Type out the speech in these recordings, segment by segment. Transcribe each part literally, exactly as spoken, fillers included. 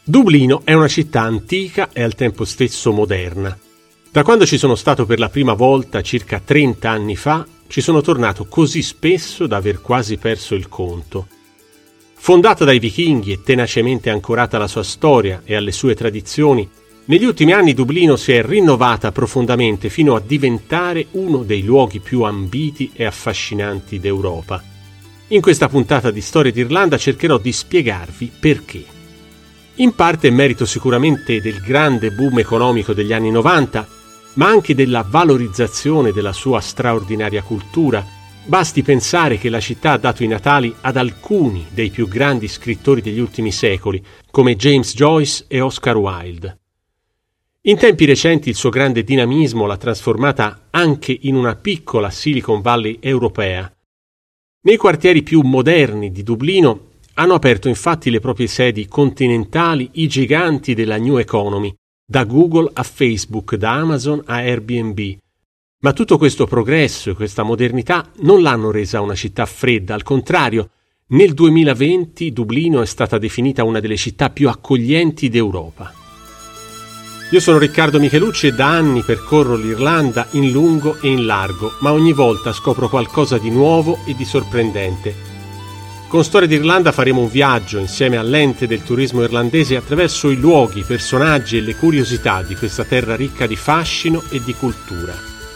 Dublino è una città antica e al tempo stesso moderna. Da quando ci sono stato per la prima volta, circa trenta anni fa, ci sono tornato così spesso da aver quasi perso il conto. Fondata dai vichinghi e tenacemente ancorata alla sua storia e alle sue tradizioni, negli ultimi anni Dublino si è rinnovata profondamente fino a diventare uno dei luoghi più ambiti e affascinanti d'Europa. In questa puntata di Storia d'Irlanda cercherò di spiegarvi perché. In parte è merito sicuramente del grande boom economico degli anni novanta, ma anche della valorizzazione della sua straordinaria cultura. Basti pensare che la città ha dato i natali ad alcuni dei più grandi scrittori degli ultimi secoli, come James Joyce e Oscar Wilde. In tempi recenti il suo grande dinamismo l'ha trasformata anche in una piccola Silicon Valley europea. Nei quartieri più moderni di Dublino hanno aperto infatti le proprie sedi continentali i giganti della New Economy, da Google a Facebook, da Amazon a Airbnb. Ma tutto questo progresso e questa modernità non l'hanno resa una città fredda, al contrario, nel duemilaventi Dublino è stata definita una delle città più accoglienti d'Europa. Io sono Riccardo Michelucci e da anni percorro l'Irlanda in lungo e in largo, ma ogni volta scopro qualcosa di nuovo e di sorprendente. Con Storia d'Irlanda faremo un viaggio insieme all'ente del turismo irlandese attraverso i luoghi, i personaggi e le curiosità di questa terra ricca di fascino e di cultura.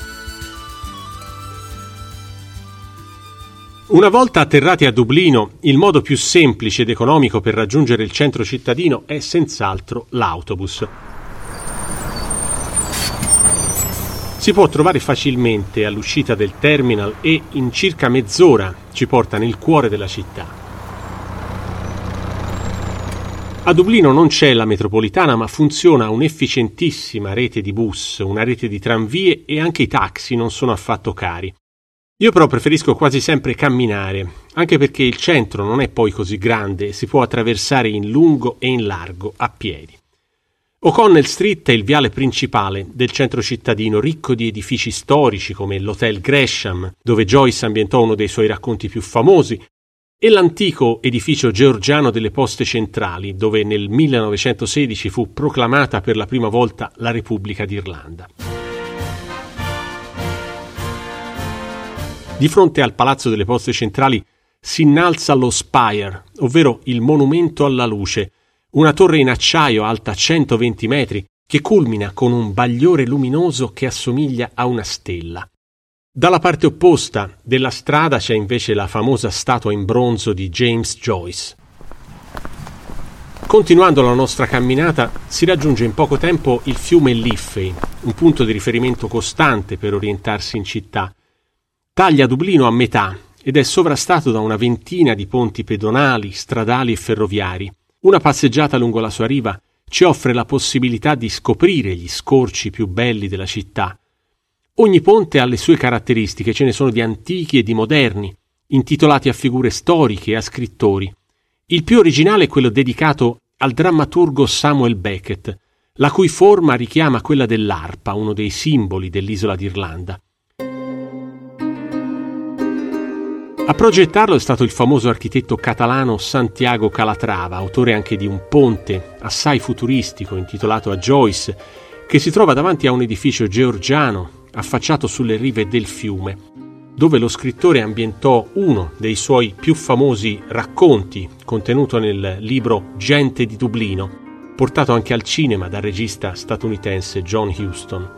Una volta atterrati a Dublino, il modo più semplice ed economico per raggiungere il centro cittadino è senz'altro l'autobus. Si può trovare facilmente all'uscita del terminal e in circa mezz'ora ci porta nel cuore della città. A Dublino non c'è la metropolitana, ma funziona un'efficientissima rete di bus, una rete di tranvie e anche i taxi non sono affatto cari. Io però preferisco quasi sempre camminare, anche perché il centro non è poi così grande e si può attraversare in lungo e in largo a piedi. O'Connell Street è il viale principale del centro cittadino, ricco di edifici storici come l'Hotel Gresham, dove Joyce ambientò uno dei suoi racconti più famosi, e l'antico edificio georgiano delle Poste Centrali, dove nel millenovecentosedici fu proclamata per la prima volta la Repubblica d'Irlanda. Di fronte al Palazzo delle Poste Centrali si innalza lo Spire, ovvero il monumento alla luce, una torre in acciaio alta centoventi metri che culmina con un bagliore luminoso che assomiglia a una stella. Dalla parte opposta della strada c'è invece la famosa statua in bronzo di James Joyce. Continuando la nostra camminata si raggiunge in poco tempo il fiume Liffey, un punto di riferimento costante per orientarsi in città. Taglia Dublino a metà ed è sovrastato da una ventina di ponti pedonali, stradali e ferroviari. Una passeggiata lungo la sua riva ci offre la possibilità di scoprire gli scorci più belli della città. Ogni ponte ha le sue caratteristiche, ce ne sono di antichi e di moderni, intitolati a figure storiche e a scrittori. Il più originale è quello dedicato al drammaturgo Samuel Beckett, la cui forma richiama quella dell'arpa, uno dei simboli dell'isola d'Irlanda. A progettarlo è stato il famoso architetto catalano Santiago Calatrava, autore anche di un ponte assai futuristico intitolato a Joyce, che si trova davanti a un edificio georgiano affacciato sulle rive del fiume, dove lo scrittore ambientò uno dei suoi più famosi racconti, contenuto nel libro Gente di Dublino, portato anche al cinema dal regista statunitense John Huston.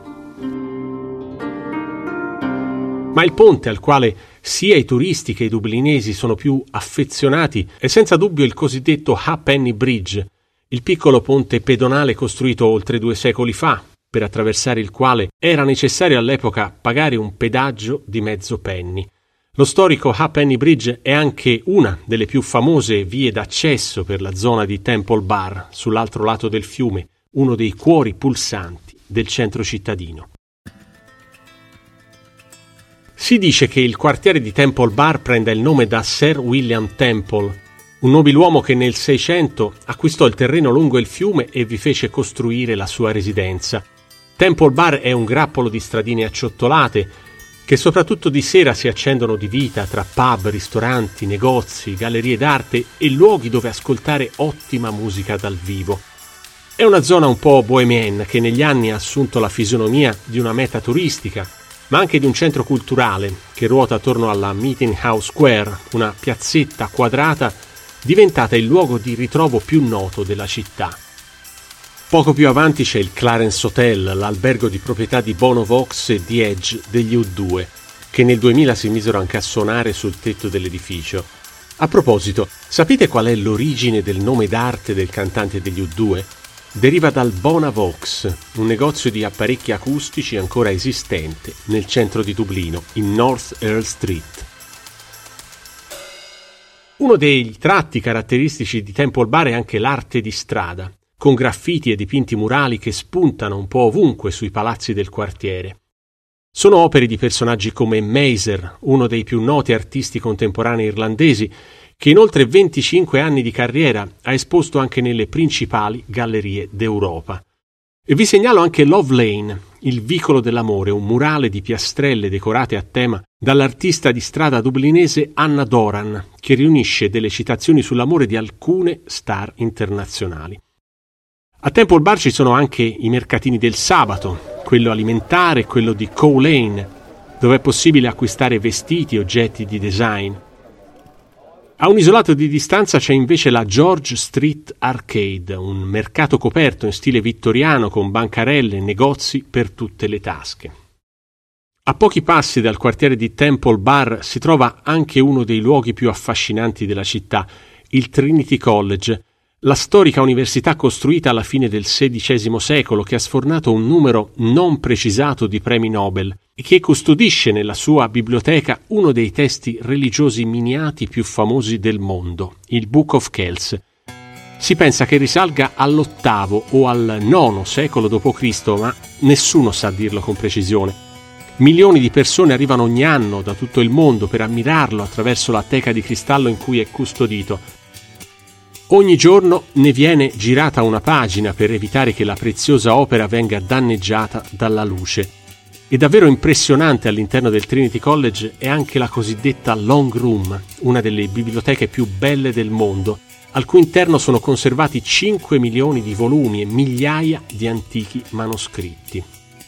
Ma il ponte al quale sia i turisti che i dublinesi sono più affezionati è senza dubbio il cosiddetto Halfpenny Bridge, il piccolo ponte pedonale costruito oltre due secoli fa, per attraversare il quale era necessario all'epoca pagare un pedaggio di mezzo penny. Lo storico Halfpenny Bridge è anche una delle più famose vie d'accesso per la zona di Temple Bar, sull'altro lato del fiume, uno dei cuori pulsanti del centro cittadino. Si dice che il quartiere di Temple Bar prenda il nome da Sir William Temple, un nobiluomo che nel Seicento acquistò il terreno lungo il fiume e vi fece costruire la sua residenza. Temple Bar è un grappolo di stradine acciottolate che soprattutto di sera si accendono di vita tra pub, ristoranti, negozi, gallerie d'arte e luoghi dove ascoltare ottima musica dal vivo. È una zona un po' bohemienne che negli anni ha assunto la fisionomia di una meta turistica, ma anche di un centro culturale che ruota attorno alla Meeting House Square, una piazzetta quadrata diventata il luogo di ritrovo più noto della città. Poco più avanti c'è il Clarence Hotel, l'albergo di proprietà di Bono Vox e The Edge degli U due, che nel duemila si misero anche a suonare sul tetto dell'edificio. A proposito, sapete qual è l'origine del nome d'arte del cantante degli U due? Deriva dal Bona Vox, un negozio di apparecchi acustici ancora esistente nel centro di Dublino, in North Earl Street. Uno dei tratti caratteristici di Temple Bar è anche l'arte di strada, con graffiti e dipinti murali che spuntano un po' ovunque sui palazzi del quartiere. Sono opere di personaggi come Maser, uno dei più noti artisti contemporanei irlandesi, che in oltre venticinque anni di carriera ha esposto anche nelle principali gallerie d'Europa. E vi segnalo anche Love Lane, il vicolo dell'amore, un murale di piastrelle decorate a tema dall'artista di strada dublinese Anna Doran, che riunisce delle citazioni sull'amore di alcune star internazionali. A Temple Bar ci sono anche i mercatini del sabato, quello alimentare e quello di Cow Lane, dove è possibile acquistare vestiti e oggetti di design. A un isolato di distanza c'è invece la George Street Arcade, un mercato coperto in stile vittoriano con bancarelle e negozi per tutte le tasche. A pochi passi dal quartiere di Temple Bar si trova anche uno dei luoghi più affascinanti della città, il Trinity College, la storica università costruita alla fine del sedicesimo secolo che ha sfornato un numero non precisato di premi Nobel e che custodisce nella sua biblioteca uno dei testi religiosi miniati più famosi del mondo, il Book of Kells. Si pensa che risalga all'ottavo o al nono secolo dopo Cristo, ma nessuno sa dirlo con precisione. Milioni di persone arrivano ogni anno da tutto il mondo per ammirarlo attraverso la teca di cristallo in cui è custodito. Ogni giorno ne viene girata una pagina per evitare che la preziosa opera venga danneggiata dalla luce. E davvero impressionante all'interno del Trinity College è anche la cosiddetta Long Room, una delle biblioteche più belle del mondo, al cui interno sono conservati cinque milioni di volumi e migliaia di antichi manoscritti.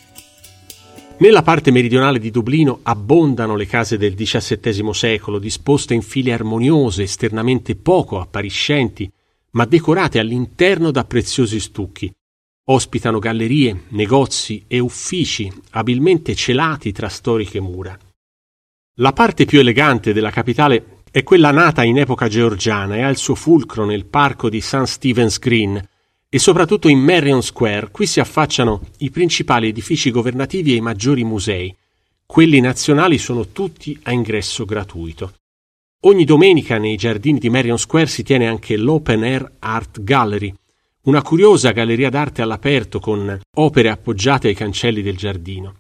Nella parte meridionale di Dublino abbondano le case del diciassettesimo secolo, disposte in file armoniose, esternamente poco appariscenti, ma decorate all'interno da preziosi stucchi. Ospitano gallerie, negozi e uffici, abilmente celati tra storiche mura. La parte più elegante della capitale è quella nata in epoca georgiana e ha il suo fulcro nel parco di Saint Stephen's Green, e soprattutto in Merrion Square. Qui si affacciano i principali edifici governativi e i maggiori musei. Quelli nazionali sono tutti a ingresso gratuito. Ogni domenica nei giardini di Merrion Square si tiene anche l'Open Air Art Gallery, una curiosa galleria d'arte all'aperto con opere appoggiate ai cancelli del giardino.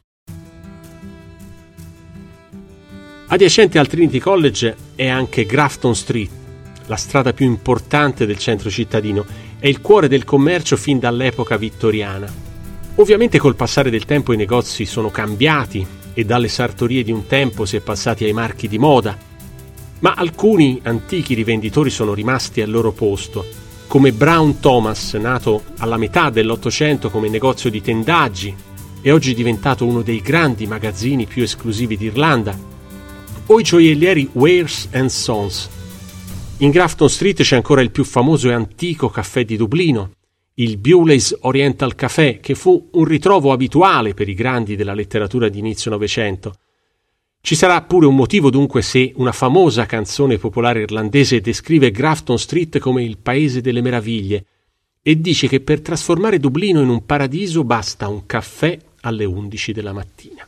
Adiacente al Trinity College è anche Grafton Street, la strada più importante del centro cittadino. È il cuore del commercio fin dall'epoca vittoriana. Ovviamente col passare del tempo i negozi sono cambiati e dalle sartorie di un tempo si è passati ai marchi di moda, ma alcuni antichi rivenditori sono rimasti al loro posto, come Brown Thomas, nato alla metà dell'Ottocento come negozio di tendaggi e oggi diventato uno dei grandi magazzini più esclusivi d'Irlanda, o i gioiellieri Wares and Sons. In Grafton Street c'è ancora il più famoso e antico caffè di Dublino, il Bewley's Oriental Café, che fu un ritrovo abituale per i grandi della letteratura di inizio Novecento. Ci sarà pure un motivo dunque se una famosa canzone popolare irlandese descrive Grafton Street come il paese delle meraviglie e dice che per trasformare Dublino in un paradiso basta un caffè alle undici della mattina.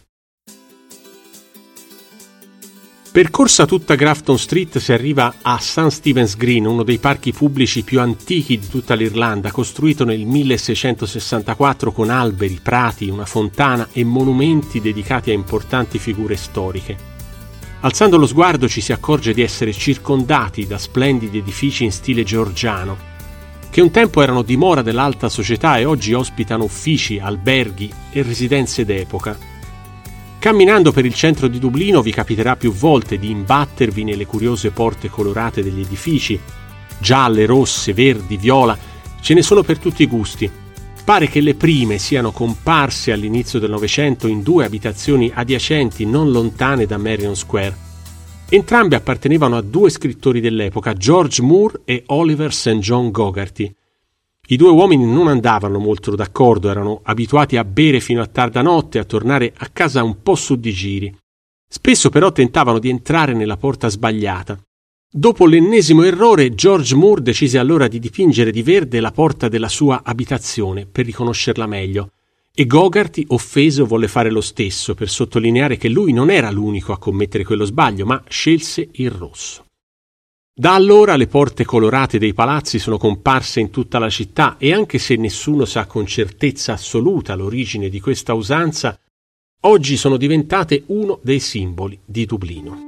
Percorsa tutta Grafton Street si arriva a Saint Stephen's Green, uno dei parchi pubblici più antichi di tutta l'Irlanda, costruito nel milleseicentosessantaquattro con alberi, prati, una fontana e monumenti dedicati a importanti figure storiche. Alzando lo sguardo ci si accorge di essere circondati da splendidi edifici in stile georgiano, che un tempo erano dimora dell'alta società e oggi ospitano uffici, alberghi e residenze d'epoca. Camminando per il centro di Dublino vi capiterà più volte di imbattervi nelle curiose porte colorate degli edifici, gialle, rosse, verdi, viola, ce ne sono per tutti i gusti, Pare che le prime siano comparse all'inizio del Novecento in due abitazioni adiacenti non lontane da Merrion Square. Entrambe appartenevano a due scrittori dell'epoca, George Moore e Oliver Saint John Gogarty. I due uomini non andavano molto d'accordo, erano abituati a bere fino a tarda notte e a tornare a casa un po' su di giri. Spesso però tentavano di entrare nella porta sbagliata. Dopo l'ennesimo errore, George Moore decise allora di dipingere di verde la porta della sua abitazione per riconoscerla meglio, e Gogarty, offeso, volle fare lo stesso per sottolineare che lui non era l'unico a commettere quello sbaglio, ma scelse il rosso. Da allora le porte colorate dei palazzi sono comparse in tutta la città e anche se nessuno sa con certezza assoluta l'origine di questa usanza, oggi sono diventate uno dei simboli di Dublino.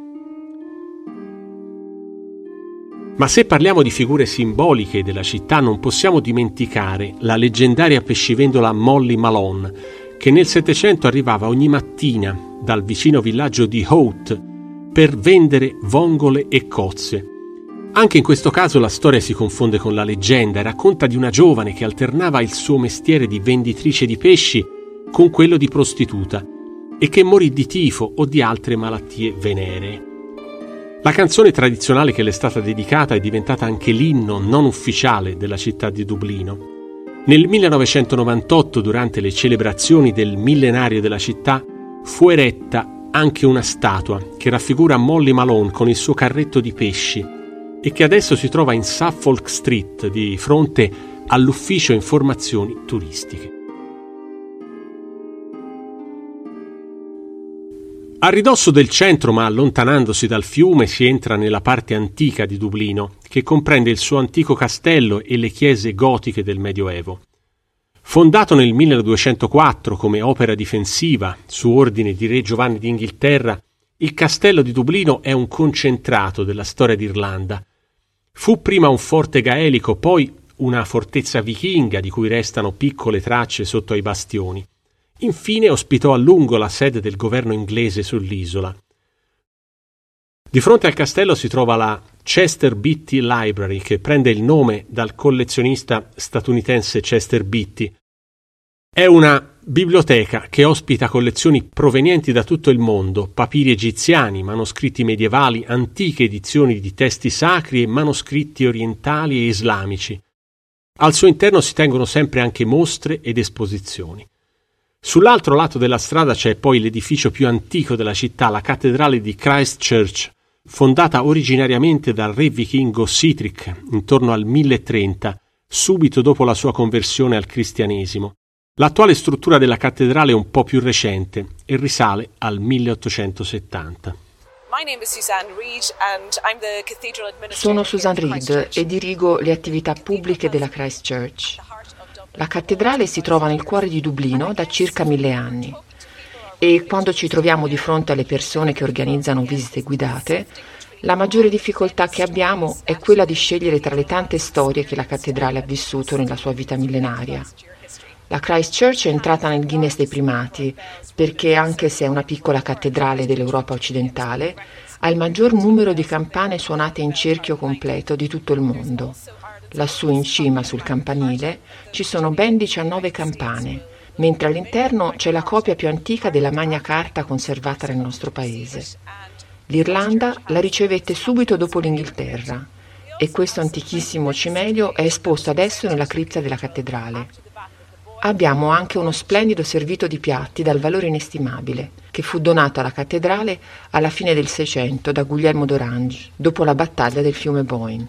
Ma se parliamo di figure simboliche della città non possiamo dimenticare la leggendaria pescivendola Molly Malone, che nel Settecento arrivava ogni mattina dal vicino villaggio di Howth per vendere vongole e cozze. Anche in questo caso la storia si confonde con la leggenda e racconta di una giovane che alternava il suo mestiere di venditrice di pesci con quello di prostituta e che morì di tifo o di altre malattie veneree. La canzone tradizionale che le è stata dedicata è diventata anche l'inno non ufficiale della città di Dublino. Nel millenovecentonovantotto, durante le celebrazioni del millenario della città, fu eretta anche una statua che raffigura Molly Malone con il suo carretto di pesci e che adesso si trova in Suffolk Street, di fronte all'ufficio informazioni turistiche. A ridosso del centro, ma allontanandosi dal fiume, si entra nella parte antica di Dublino, che comprende il suo antico castello e le chiese gotiche del Medioevo. Fondato nel milleduecentoquattro come opera difensiva su ordine di Re Giovanni d'Inghilterra, il castello di Dublino è un concentrato della storia d'Irlanda. Fu prima un forte gaelico, poi una fortezza vichinga di cui restano piccole tracce sotto ai bastioni. Infine ospitò a lungo la sede del governo inglese sull'isola. Di fronte al castello si trova la Chester Beatty Library, che prende il nome dal collezionista statunitense Chester Beatty. È una biblioteca che ospita collezioni provenienti da tutto il mondo, papiri egiziani, manoscritti medievali, antiche edizioni di testi sacri e manoscritti orientali e islamici. Al suo interno si tengono sempre anche mostre ed esposizioni. Sull'altro lato della strada c'è poi l'edificio più antico della città, la cattedrale di Christ Church, fondata originariamente dal re vichingo Sitric intorno al milletrenta, subito dopo la sua conversione al cristianesimo. L'attuale struttura della cattedrale è un po' più recente e risale al milleottocentosettanta. Sono Susan Reed e dirigo le attività pubbliche della Christ Church. La cattedrale si trova nel cuore di Dublino da circa mille anni e quando ci troviamo di fronte alle persone che organizzano visite guidate, la maggiore difficoltà che abbiamo è quella di scegliere tra le tante storie che la cattedrale ha vissuto nella sua vita millenaria. La Christ Church è entrata nel Guinness dei primati perché, anche se è una piccola cattedrale dell'Europa occidentale, ha il maggior numero di campane suonate in cerchio completo di tutto il mondo. Lassù in cima, sul campanile, ci sono ben diciannove campane, mentre all'interno c'è la copia più antica della Magna Carta conservata nel nostro paese. L'Irlanda la ricevette subito dopo l'Inghilterra e questo antichissimo cimelio è esposto adesso nella cripta della cattedrale. Abbiamo anche uno splendido servito di piatti dal valore inestimabile, che fu donato alla cattedrale alla fine del Seicento da Guglielmo d'Orange, dopo la battaglia del fiume Boyne.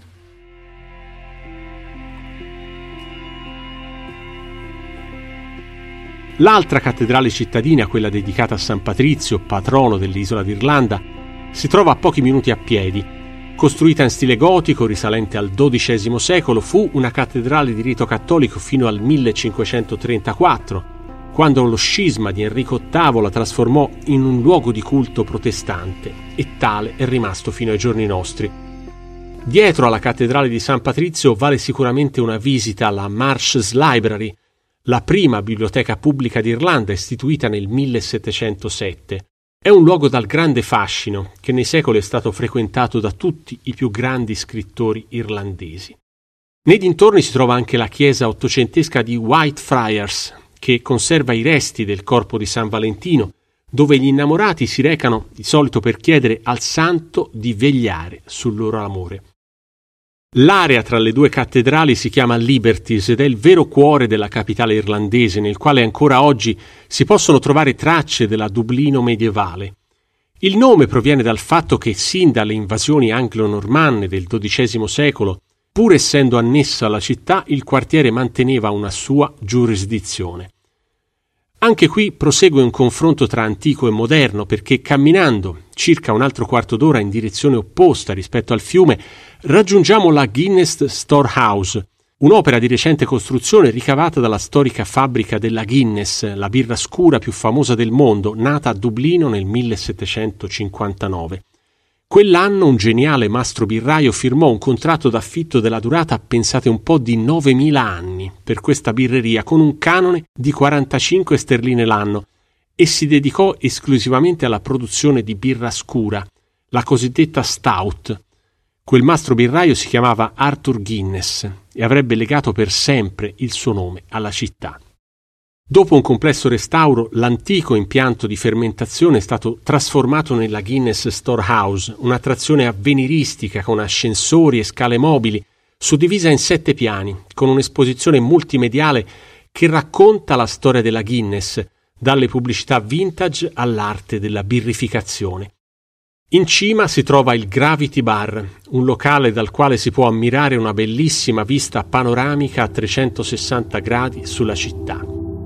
L'altra cattedrale cittadina, quella dedicata a San Patrizio, patrono dell'isola d'Irlanda, si trova a pochi minuti a piedi. Costruita in stile gotico risalente al dodicesimo secolo, fu una cattedrale di rito cattolico fino al millecinquecentotrentaquattro, quando lo scisma di Enrico ottavo la trasformò in un luogo di culto protestante, e tale è rimasto fino ai giorni nostri. Dietro alla cattedrale di San Patrizio vale sicuramente una visita alla Marsh's Library, la prima biblioteca pubblica d'Irlanda istituita nel millesettecentosette. È un luogo dal grande fascino che nei secoli è stato frequentato da tutti i più grandi scrittori irlandesi. Nei dintorni si trova anche la chiesa ottocentesca di Whitefriars, che conserva i resti del corpo di San Valentino, dove gli innamorati si recano di solito per chiedere al santo di vegliare sul loro amore. L'area tra le due cattedrali si chiama Liberties ed è il vero cuore della capitale irlandese, nel quale ancora oggi si possono trovare tracce della Dublino medievale. Il nome proviene dal fatto che sin dalle invasioni anglo-normanne del dodicesimo secolo, pur essendo annesso alla città, il quartiere manteneva una sua giurisdizione. Anche qui prosegue un confronto tra antico e moderno, perché camminando circa un altro quarto d'ora in direzione opposta rispetto al fiume raggiungiamo la Guinness Storehouse, un'opera di recente costruzione ricavata dalla storica fabbrica della Guinness, la birra scura più famosa del mondo, nata a Dublino nel millesettecentocinquantanove. Quell'anno un geniale mastro birraio firmò un contratto d'affitto della durata, pensate un po', di novemila anni per questa birreria, con un canone di quarantacinque sterline l'anno, e si dedicò esclusivamente alla produzione di birra scura, la cosiddetta stout. Quel mastro birraio si chiamava Arthur Guinness e avrebbe legato per sempre il suo nome alla città. Dopo un complesso restauro, l'antico impianto di fermentazione è stato trasformato nella Guinness Storehouse, un'attrazione avveniristica con ascensori e scale mobili, suddivisa in sette piani, con un'esposizione multimediale che racconta la storia della Guinness, dalle pubblicità vintage all'arte della birrificazione. In cima si trova il Gravity Bar, un locale dal quale si può ammirare una bellissima vista panoramica a trecentosessanta gradi sulla città.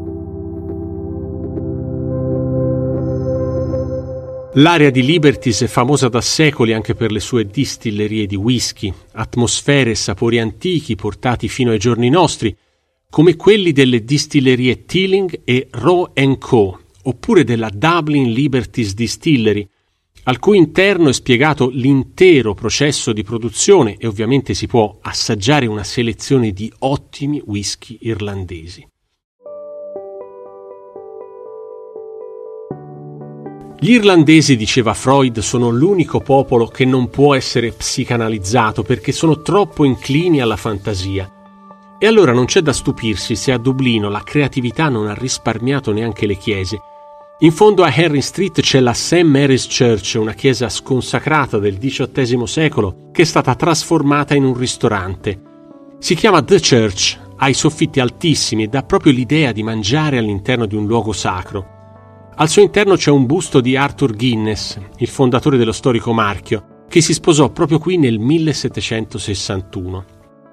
L'area di Liberties è famosa da secoli anche per le sue distillerie di whisky, atmosfere e sapori antichi portati fino ai giorni nostri, come quelli delle distillerie Teeling e Roe and Co, oppure della Dublin Liberties Distillery, al cui interno è spiegato l'intero processo di produzione e ovviamente si può assaggiare una selezione di ottimi whisky irlandesi. Gli irlandesi, diceva Freud, sono l'unico popolo che non può essere psicanalizzato perché sono troppo inclini alla fantasia. E allora non c'è da stupirsi se a Dublino la creatività non ha risparmiato neanche le chiese. In fondo a Henry Street c'è la Saint Mary's Church, una chiesa sconsacrata del diciottesimo secolo che è stata trasformata in un ristorante. Si chiama The Church, ha i soffitti altissimi e dà proprio l'idea di mangiare all'interno di un luogo sacro. Al suo interno c'è un busto di Arthur Guinness, il fondatore dello storico marchio, che si sposò proprio qui nel millesettecentosessantuno.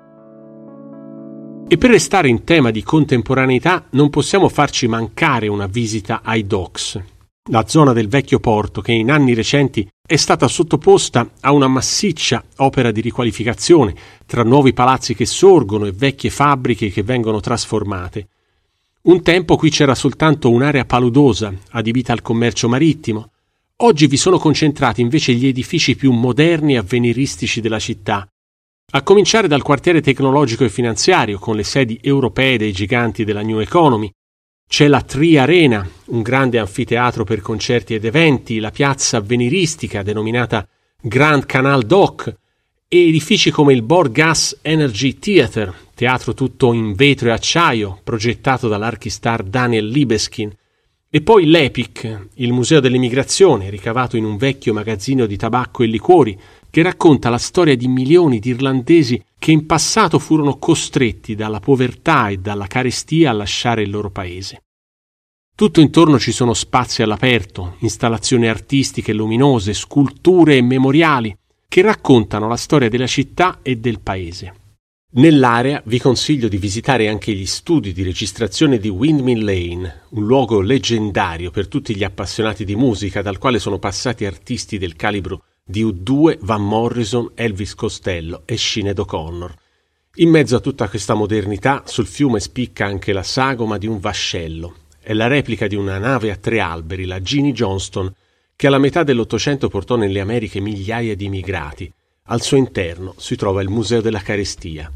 E per restare in tema di contemporaneità non possiamo farci mancare una visita ai Docks, la zona del vecchio porto che in anni recenti è stata sottoposta a una massiccia opera di riqualificazione tra nuovi palazzi che sorgono e vecchie fabbriche che vengono trasformate. Un tempo qui c'era soltanto un'area paludosa, adibita al commercio marittimo. Oggi vi sono concentrati invece gli edifici più moderni e avveniristici della città, a cominciare dal quartiere tecnologico e finanziario, con le sedi europee dei giganti della New Economy. C'è la Tri Arena, un grande anfiteatro per concerti ed eventi, la piazza avveniristica denominata Grand Canal Dock, e edifici come il Bord Gas Energy Theatre, teatro tutto in vetro e acciaio, progettato dall'archistar Daniel Libeskind, e poi l'Epic, il museo dell'emigrazione, ricavato in un vecchio magazzino di tabacco e liquori, che racconta la storia di milioni di irlandesi che in passato furono costretti dalla povertà e dalla carestia a lasciare il loro paese. Tutto intorno ci sono spazi all'aperto, installazioni artistiche luminose, sculture e memoriali, che raccontano la storia della città e del paese. Nell'area vi consiglio di visitare anche gli studi di registrazione di Windmill Lane, un luogo leggendario per tutti gli appassionati di musica, dal quale sono passati artisti del calibro di U due, Van Morrison, Elvis Costello e Sinéad O'Connor. In mezzo a tutta questa modernità, sul fiume spicca anche la sagoma di un vascello. È la replica di una nave a tre alberi, la Ginny Johnston, che alla metà dell'Ottocento portò nelle Americhe migliaia di immigrati. Al suo interno si trova il Museo della Carestia.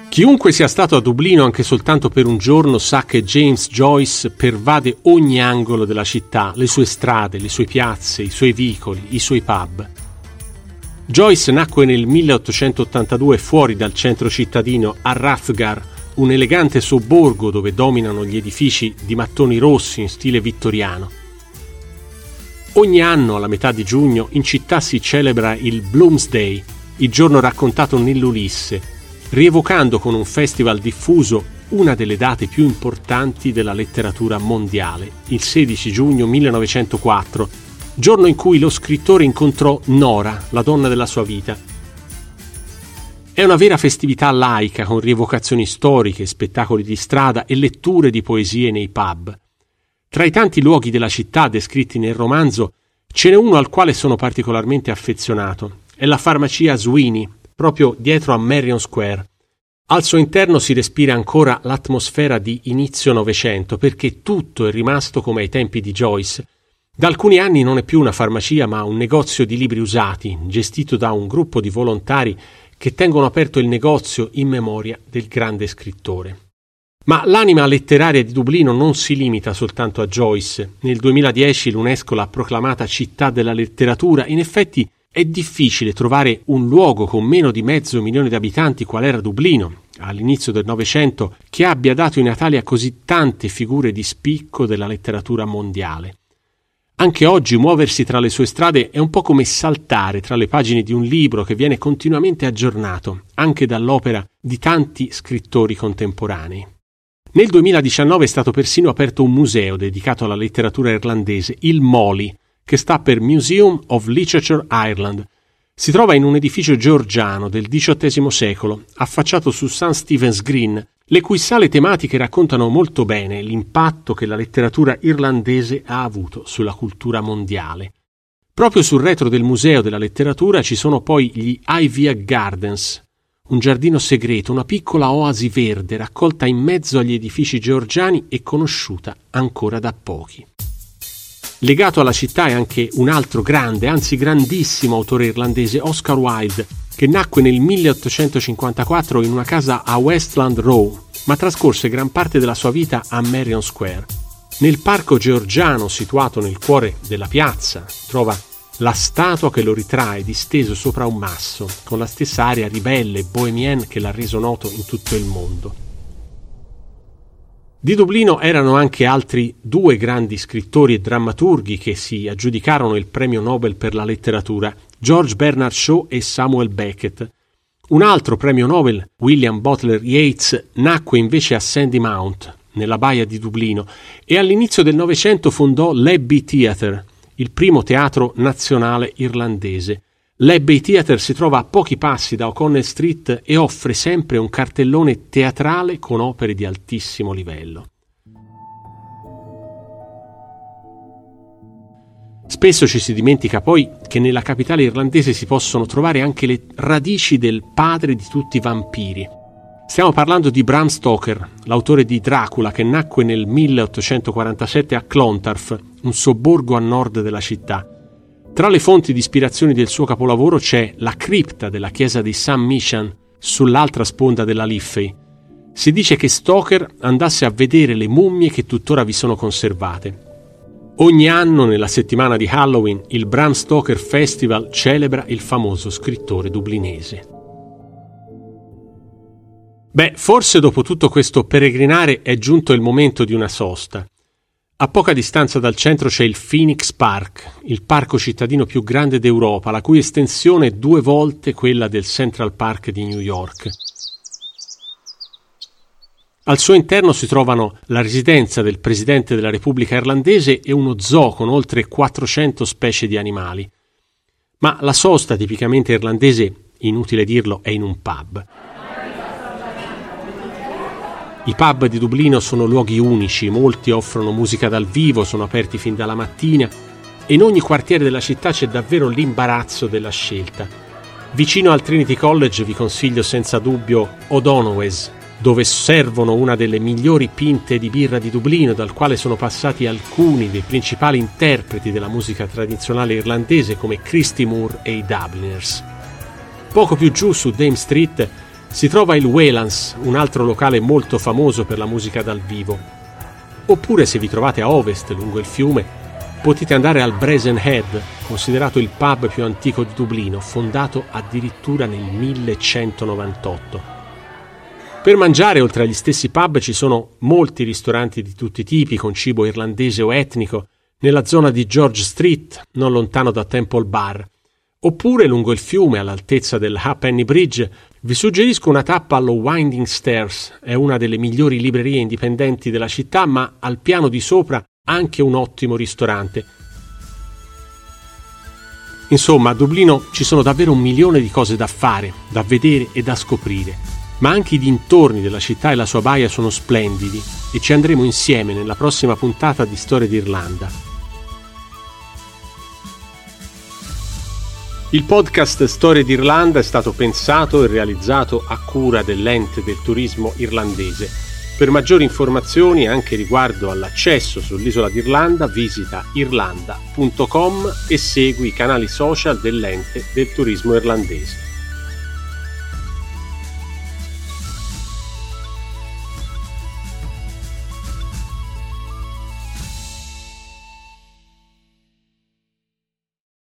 Chiunque sia stato a Dublino anche soltanto per un giorno sa che James Joyce pervade ogni angolo della città, le sue strade, le sue piazze, i suoi vicoli, i suoi pub. Joyce nacque nel milleottocentottantadue fuori dal centro cittadino a Rathgar, un elegante sobborgo dove dominano gli edifici di mattoni rossi in stile vittoriano. Ogni anno, alla metà di giugno, in città si celebra il Bloomsday, il giorno raccontato nell'Ulisse, rievocando con un festival diffuso una delle date più importanti della letteratura mondiale, il sedici giugno millenovecentoquattro, giorno in cui lo scrittore incontrò Nora, la donna della sua vita. È una vera festività laica con rievocazioni storiche, spettacoli di strada e letture di poesie nei pub. Tra i tanti luoghi della città descritti nel romanzo, ce n'è uno al quale sono particolarmente affezionato. È la farmacia Sweeney, proprio dietro a Merrion Square. Al suo interno si respira ancora l'atmosfera di inizio Novecento, perché tutto è rimasto come ai tempi di Joyce. Da alcuni anni non è più una farmacia, ma un negozio di libri usati, gestito da un gruppo di volontari che tengono aperto il negozio in memoria del grande scrittore. Ma l'anima letteraria di Dublino non si limita soltanto a Joyce. Nel duemiladieci l'UNESCO l'ha proclamata città della letteratura. In effetti è difficile trovare un luogo con meno di mezzo milione di abitanti qual era Dublino, all'inizio del Novecento, che abbia dato in Italia così tante figure di spicco della letteratura mondiale. Anche oggi muoversi tra le sue strade è un po' come saltare tra le pagine di un libro che viene continuamente aggiornato, anche dall'opera di tanti scrittori contemporanei. Nel duemiladiciannove è stato persino aperto un museo dedicato alla letteratura irlandese, il M O L I, che sta per Museum of Literature Ireland. Si trova in un edificio georgiano del diciottesimo secolo, affacciato su Saint Stephen's Green, le cui sale tematiche raccontano molto bene l'impatto che la letteratura irlandese ha avuto sulla cultura mondiale. Proprio sul retro del Museo della Letteratura ci sono poi gli Ivia Gardens, un giardino segreto, una piccola oasi verde raccolta in mezzo agli edifici georgiani e conosciuta ancora da pochi. Legato alla città è anche un altro grande, anzi grandissimo autore irlandese, Oscar Wilde, che nacque nel milleottocentocinquantaquattro in una casa a Westland Row, ma trascorse gran parte della sua vita a Merrion Square. Nel parco georgiano situato nel cuore della piazza trova la statua che lo ritrae disteso sopra un masso, con la stessa aria ribelle e bohemienne che l'ha reso noto in tutto il mondo. Di Dublino erano anche altri due grandi scrittori e drammaturghi che si aggiudicarono il premio Nobel per la letteratura, George Bernard Shaw e Samuel Beckett. Un altro premio Nobel, William Butler Yeats, nacque invece a Sandymount, nella baia di Dublino, e all'inizio del Novecento fondò l'Abbey Theatre, il primo teatro nazionale irlandese. L'Abbey Theatre si trova a pochi passi da O'Connell Street e offre sempre un cartellone teatrale con opere di altissimo livello. Spesso ci si dimentica poi che nella capitale irlandese si possono trovare anche le radici del padre di tutti i vampiri. Stiamo parlando di Bram Stoker, l'autore di Dracula, che nacque nel milleottocentoquarantasette a Clontarf, un sobborgo a nord della città. Tra le fonti di ispirazione del suo capolavoro c'è la cripta della chiesa di St. Michan, sull'altra sponda della Liffey. Si dice che Stoker andasse a vedere le mummie che tuttora vi sono conservate. Ogni anno, nella settimana di Halloween, il Bram Stoker Festival celebra il famoso scrittore dublinese. Beh, forse dopo tutto questo peregrinare è giunto il momento di una sosta. A poca distanza dal centro c'è il Phoenix Park, il parco cittadino più grande d'Europa, la cui estensione è due volte quella del Central Park di New York. Al suo interno si trovano la residenza del Presidente della Repubblica Irlandese e uno zoo con oltre quattrocento specie di animali. Ma la sosta tipicamente irlandese, inutile dirlo, è in un pub. I pub di Dublino sono luoghi unici, molti offrono musica dal vivo, sono aperti fin dalla mattina e in ogni quartiere della città c'è davvero l'imbarazzo della scelta. Vicino al Trinity College vi consiglio senza dubbio O'Donoway's, dove servono una delle migliori pinte di birra di Dublino, dal quale sono passati alcuni dei principali interpreti della musica tradizionale irlandese come Christy Moore e i Dubliners. Poco più giù su Dame Street si trova il Whelans, un altro locale molto famoso per la musica dal vivo. Oppure, se vi trovate a ovest, lungo il fiume, potete andare al Brazen Head, considerato il pub più antico di Dublino, fondato addirittura nel millecentonovantotto. Per mangiare, oltre agli stessi pub, ci sono molti ristoranti di tutti i tipi, con cibo irlandese o etnico, nella zona di George Street, non lontano da Temple Bar. Oppure, lungo il fiume, all'altezza del Halfpenny Bridge, vi suggerisco una tappa allo Winding Stairs. È una delle migliori librerie indipendenti della città, ma al piano di sopra anche un ottimo ristorante. Insomma, a Dublino ci sono davvero un milione di cose da fare, da vedere e da scoprire. Ma anche i dintorni della città e la sua baia sono splendidi e ci andremo insieme nella prossima puntata di Storie d'Irlanda. Il podcast Storie d'Irlanda è stato pensato e realizzato a cura dell'Ente del Turismo Irlandese. Per maggiori informazioni anche riguardo all'accesso sull'isola d'Irlanda visita irlanda punto com e segui i canali social dell'Ente del Turismo Irlandese.